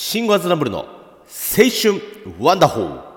シンゴアズナブルの青春ワンダホー。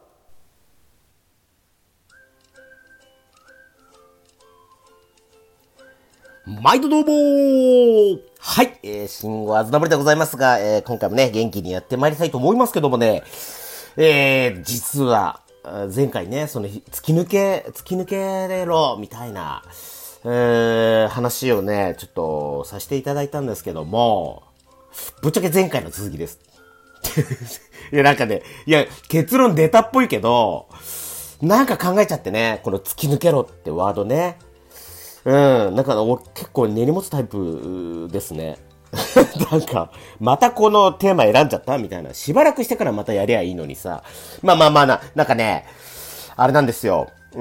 毎度どうもー。はい、シンゴアズナブルでございますが、今回もね、元気にやってまいりたいと思いますけどもね、実は、前回ね、その、突き抜けれろ、みたいな、話をね、ちょっとさせていただいたんですけども、ぶっちゃけ前回の続きです。いや、なんかね、結論出たっぽいけど、なんか考えちゃってね、この突き抜けろってワードね。なんか俺結構根に持つタイプですね。なんか、またこのテーマ選んじゃったみたいな。しばらくしてからまたやりゃいいのにさ。なんかね、あれなんですよ。気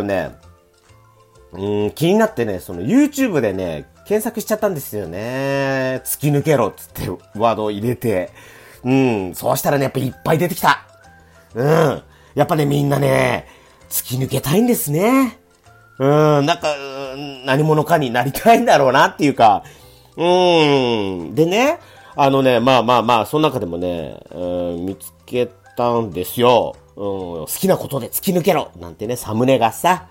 になってね、その YouTube でね、検索しちゃったんですよね。突き抜けろっつってワードを入れて。そうしたらね、やっぱいっぱい出てきた。やっぱね、みんなね、突き抜けたいんですね。なんか、何者かになりたいんだろうなっていうか、でね、その中でもね、見つけたんですよ。好きなことで突き抜けろなんてね、サムネがさ、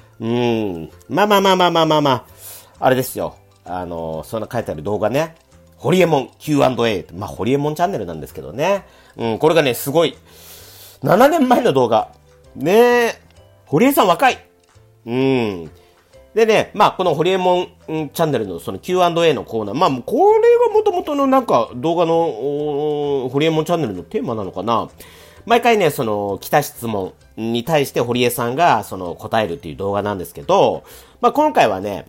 あれですよ。そんな書いてある動画ね。ホリエモン Q&A。ホリエモンチャンネルなんですけどね。これがね、すごい。7年前の動画。ねホリエさん若い。でね、このホリエモンチャンネルのその Q&A のコーナー。これは元々のなんか動画のホリエモンチャンネルのテーマなのかな。毎回ね、その来た質問に対してホリエさんがその答えるっていう動画なんですけど、今回はね、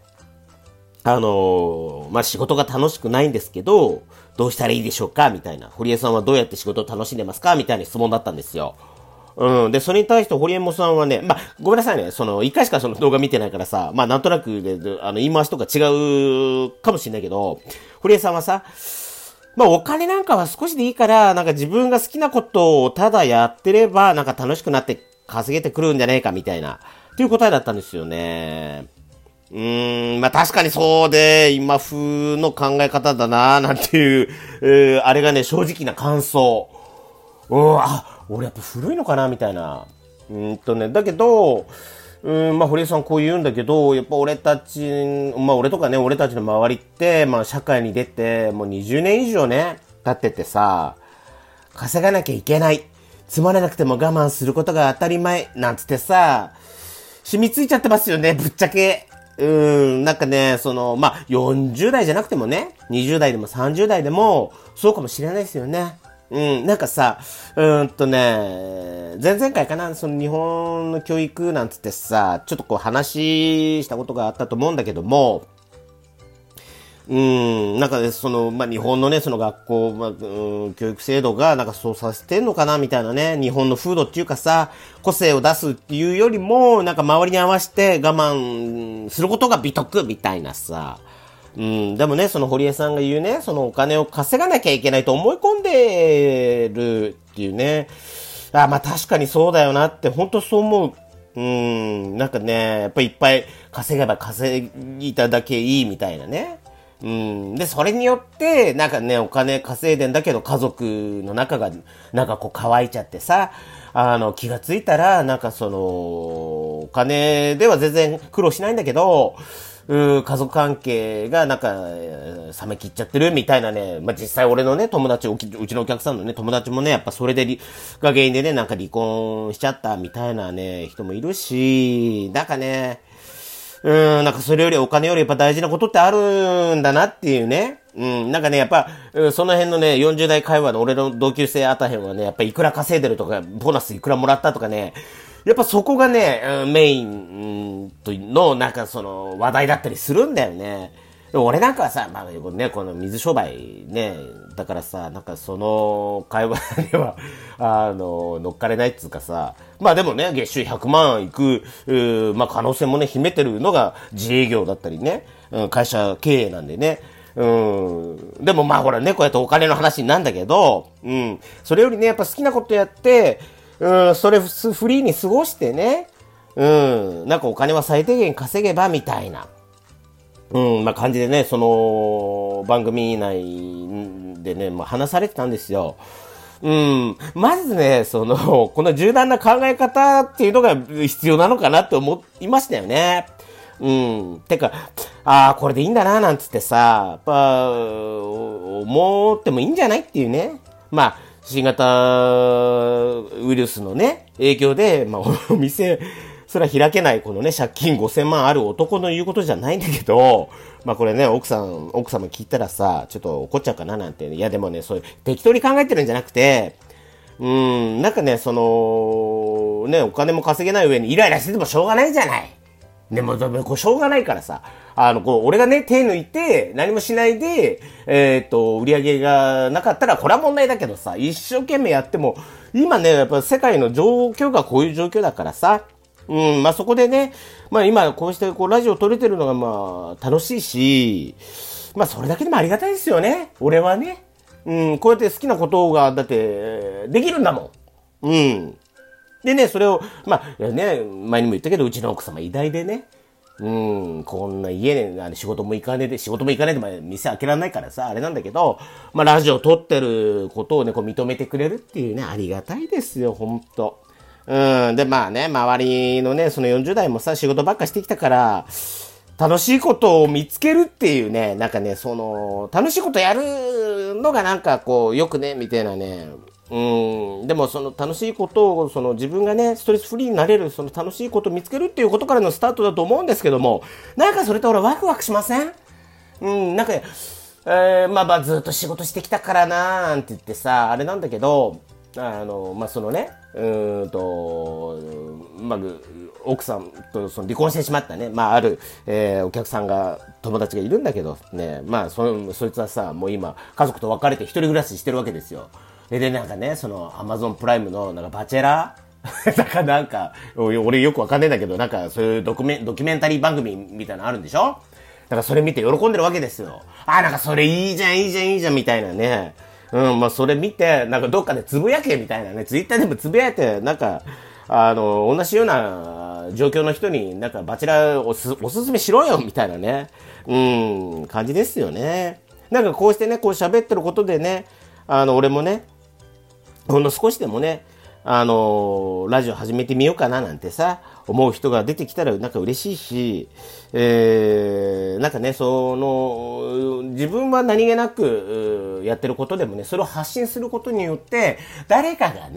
仕事が楽しくないんですけど、どうしたらいいでしょうかみたいな。堀江さんはどうやって仕事を楽しんでますかみたいな質問だったんですよ。で、それに対して堀江さんはね、ごめんなさいね、一回しかその動画見てないからさ、なんとなくで、言い回しとか違うかもしれないけど、堀江さんはさ、お金なんかは少しでいいから、なんか自分が好きなことをただやってれば、なんか楽しくなって稼げてくるんじゃねえかみたいな、っていう答えだったんですよね。確かにそうで、今風の考え方だななんていう、あれがね、正直な感想。俺やっぱ古いのかなみたいな。だけど、堀江さんこう言うんだけど、やっぱ俺たちの周りって、社会に出て、もう20年以上ね、経っててさ、稼がなきゃいけない。つまらなくても我慢することが当たり前、なんつってさ、染みついちゃってますよね、ぶっちゃけ。なんかね、40代じゃなくてもね、20代でも30代でも、そうかもしれないですよね。なんかさ、前々回かな、その日本の教育なんつってさ、ちょっとこう話したことがあったと思うんだけども、なんかね、日本のね、その学校、教育制度が、なんかそうさせてんのかな、みたいなね、日本の風土っていうかさ、個性を出すっていうよりも、なんか周りに合わせて我慢することが美徳、みたいなさ。でもね、その堀江さんが言うね、そのお金を稼がなきゃいけないと思い込んでるっていうね。確かにそうだよなって、本当そう思う。なんかね、やっぱりいっぱい稼げば稼いだだけいいみたいなね。で、それによって、なんかね、お金稼いでんだけど、家族の中が、なんかこう乾いちゃってさ、気がついたら、なんかお金では全然苦労しないんだけど、家族関係がなんか、冷め切っちゃってるみたいなね、実際俺のね、友達、うちのお客さんのね、友達もね、やっぱそれでが原因でね、なんか離婚しちゃったみたいなね、人もいるし、なんかね、なんかそれよりお金よりやっぱ大事なことってあるんだなっていうね。なんかね、やっぱ、その辺のね、40代会話の俺の同級生あたへんはね、やっぱいくら稼いでるとか、ボーナスいくらもらったとかね、やっぱそこがね、メインのなんか話題だったりするんだよね。俺なんかはさ、この水商売ね、だからさ、なんかその会話には、乗っかれないっつうかさ、でもね、月収100万いく、可能性もね、秘めてるのが自営業だったりね、会社経営なんでね、でもほらね、こうやってお金の話なんだけど、それよりね、やっぱ好きなことやって、それフリーに過ごしてね、なんかお金は最低限稼げばみたいな。 まあ、感じでね、その、番組内でね、まあ、話されてたんですよ。まずね、その、この柔軟な考え方っていうのが必要なのかなって思いましたよね。てか、これでいいんだな、なんつってさ、やっぱ、思ってもいいんじゃないっていうね。まあ、新型ウイルスのね、影響で、まあ、お店、それは開けないこのね、借金5000万ある男の言うことじゃないんだけど、まあこれね、奥様聞いたらさ、ちょっと怒っちゃうかななんて、いやでもね、そういう適当に考えてるんじゃなくて、なんかね、その、ね、お金も稼げない上にイライラしててもしょうがないじゃない。でも、これしょうがないからさ、俺がね、手抜いて、何もしないで、売り上げがなかったら、これは問題だけどさ、一生懸命やっても、今ね、やっぱ世界の状況がこういう状況だからさ、まあそこでね、まあ今こうしてこうラジオ撮れてるのがまあ楽しいし、まあそれだけでもありがたいですよね。俺はね。こうやって好きなことが、だって、できるんだもん。でね、それを、まあ、ね、前にも言ったけど、うちの奥様偉大でね、こんな家で、仕事も行かねえで、まあ、店開けられないからさ、あれなんだけど、まあラジオ撮ってることをね、こう認めてくれるっていうね、ありがたいですよ、ほんと。で、まあね、周りのね、その40代もさ、仕事ばっかしてきたから、楽しいことを見つけるっていうね、なんかね、その、楽しいことやるのがなんかこう、よくね、みたいなね、でもその楽しいことを、その自分がね、ストレスフリーになれる、その楽しいことを見つけるっていうことからのスタートだと思うんですけども、なんかそれと俺ワクワクしません？なんか、まあずっと仕事してきたからなーなんて言ってさ、あれなんだけど、まあそのね、まあ、奥さんとその離婚してしまったね、まあある、お客さんが、友達がいるんだけど、ね、まあそいつはさ、もう今、家族と別れて一人暮らししてるわけですよ。で、なんかね、その、アマゾンプライムの、なんかバチェラーなんか、俺よくわかんねえんだけど、なんかそういうドキュメンタリー番組みたいなのあるんでしょ？だからそれ見て喜んでるわけですよ。なんかそれいいじゃん、みたいなね。まあそれ見て、なんかどっかでつぶやけみたいなね、ツイッターでもつぶやいて、なんか、同じような状況の人になんかバチェラーおすすめしろよみたいなね、感じですよね。なんかこうしてね、こう喋ってることでね、俺もね、ほんの少しでもね、ラジオ始めてみようかななんてさ、思う人が出てきたらなんか嬉しいし、なんかね、自分は何気なくやってることでもね、それを発信することによって、誰かが、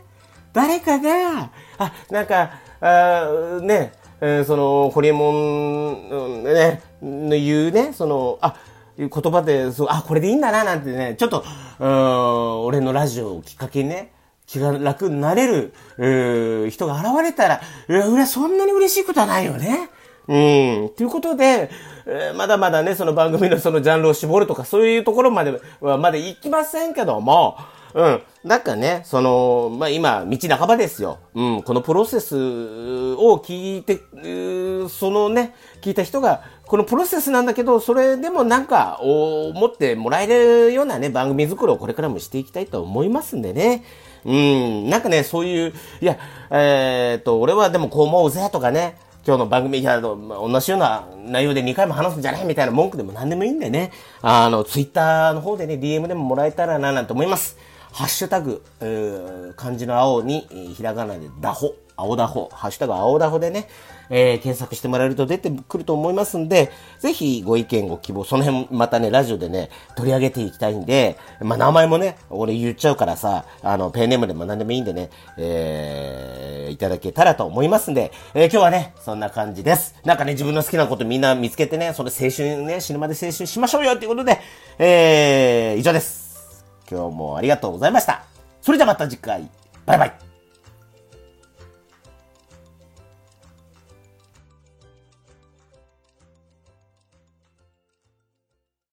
なんか、ね、その、ホリエモン、ね、言うね、その、言葉で、これでいいんだな、なんてね、ちょっと、俺のラジオをきっかけにね、気が楽になれる、人が現れたら、俺そんなに嬉しいことはないよね。ということで、まだまだね、その番組のそのジャンルを絞るとか、そういうところまではまだ行きませんけども、なんかね、その、まあ、今、道半ばですよ。このプロセスを聞いて、聞いた人が、このプロセスなんだけど、それでもなんか、思ってもらえるようなね、番組作りをこれからもしていきたいと思いますんでね。なんかね、そういう、いや、俺はでもこう思うぜとかね、今日の番組、同じような内容で2回も話すんじゃないみたいな文句でも何でもいいんでね、ツイッターの方でね、DM でももらえたらな、なんて思います。ハッシュタグ、漢字の青に、ひらがなでダホ、青ダホ、ハッシュタグ青ダホでね、検索してもらえると出てくると思いますんで、ぜひご意見ご希望、その辺またね、ラジオでね、取り上げていきたいんで、まあ、名前もね、俺言っちゃうからさ、ペンネームでも何でもいいんでね、いただけたらと思いますんで、今日はね、そんな感じです。なんかね、自分の好きなことみんな見つけてね、それ青春ね、死ぬまで青春しましょうよっていうことで、以上です。今日もありがとうございました。それじゃまた次回。バイバイ。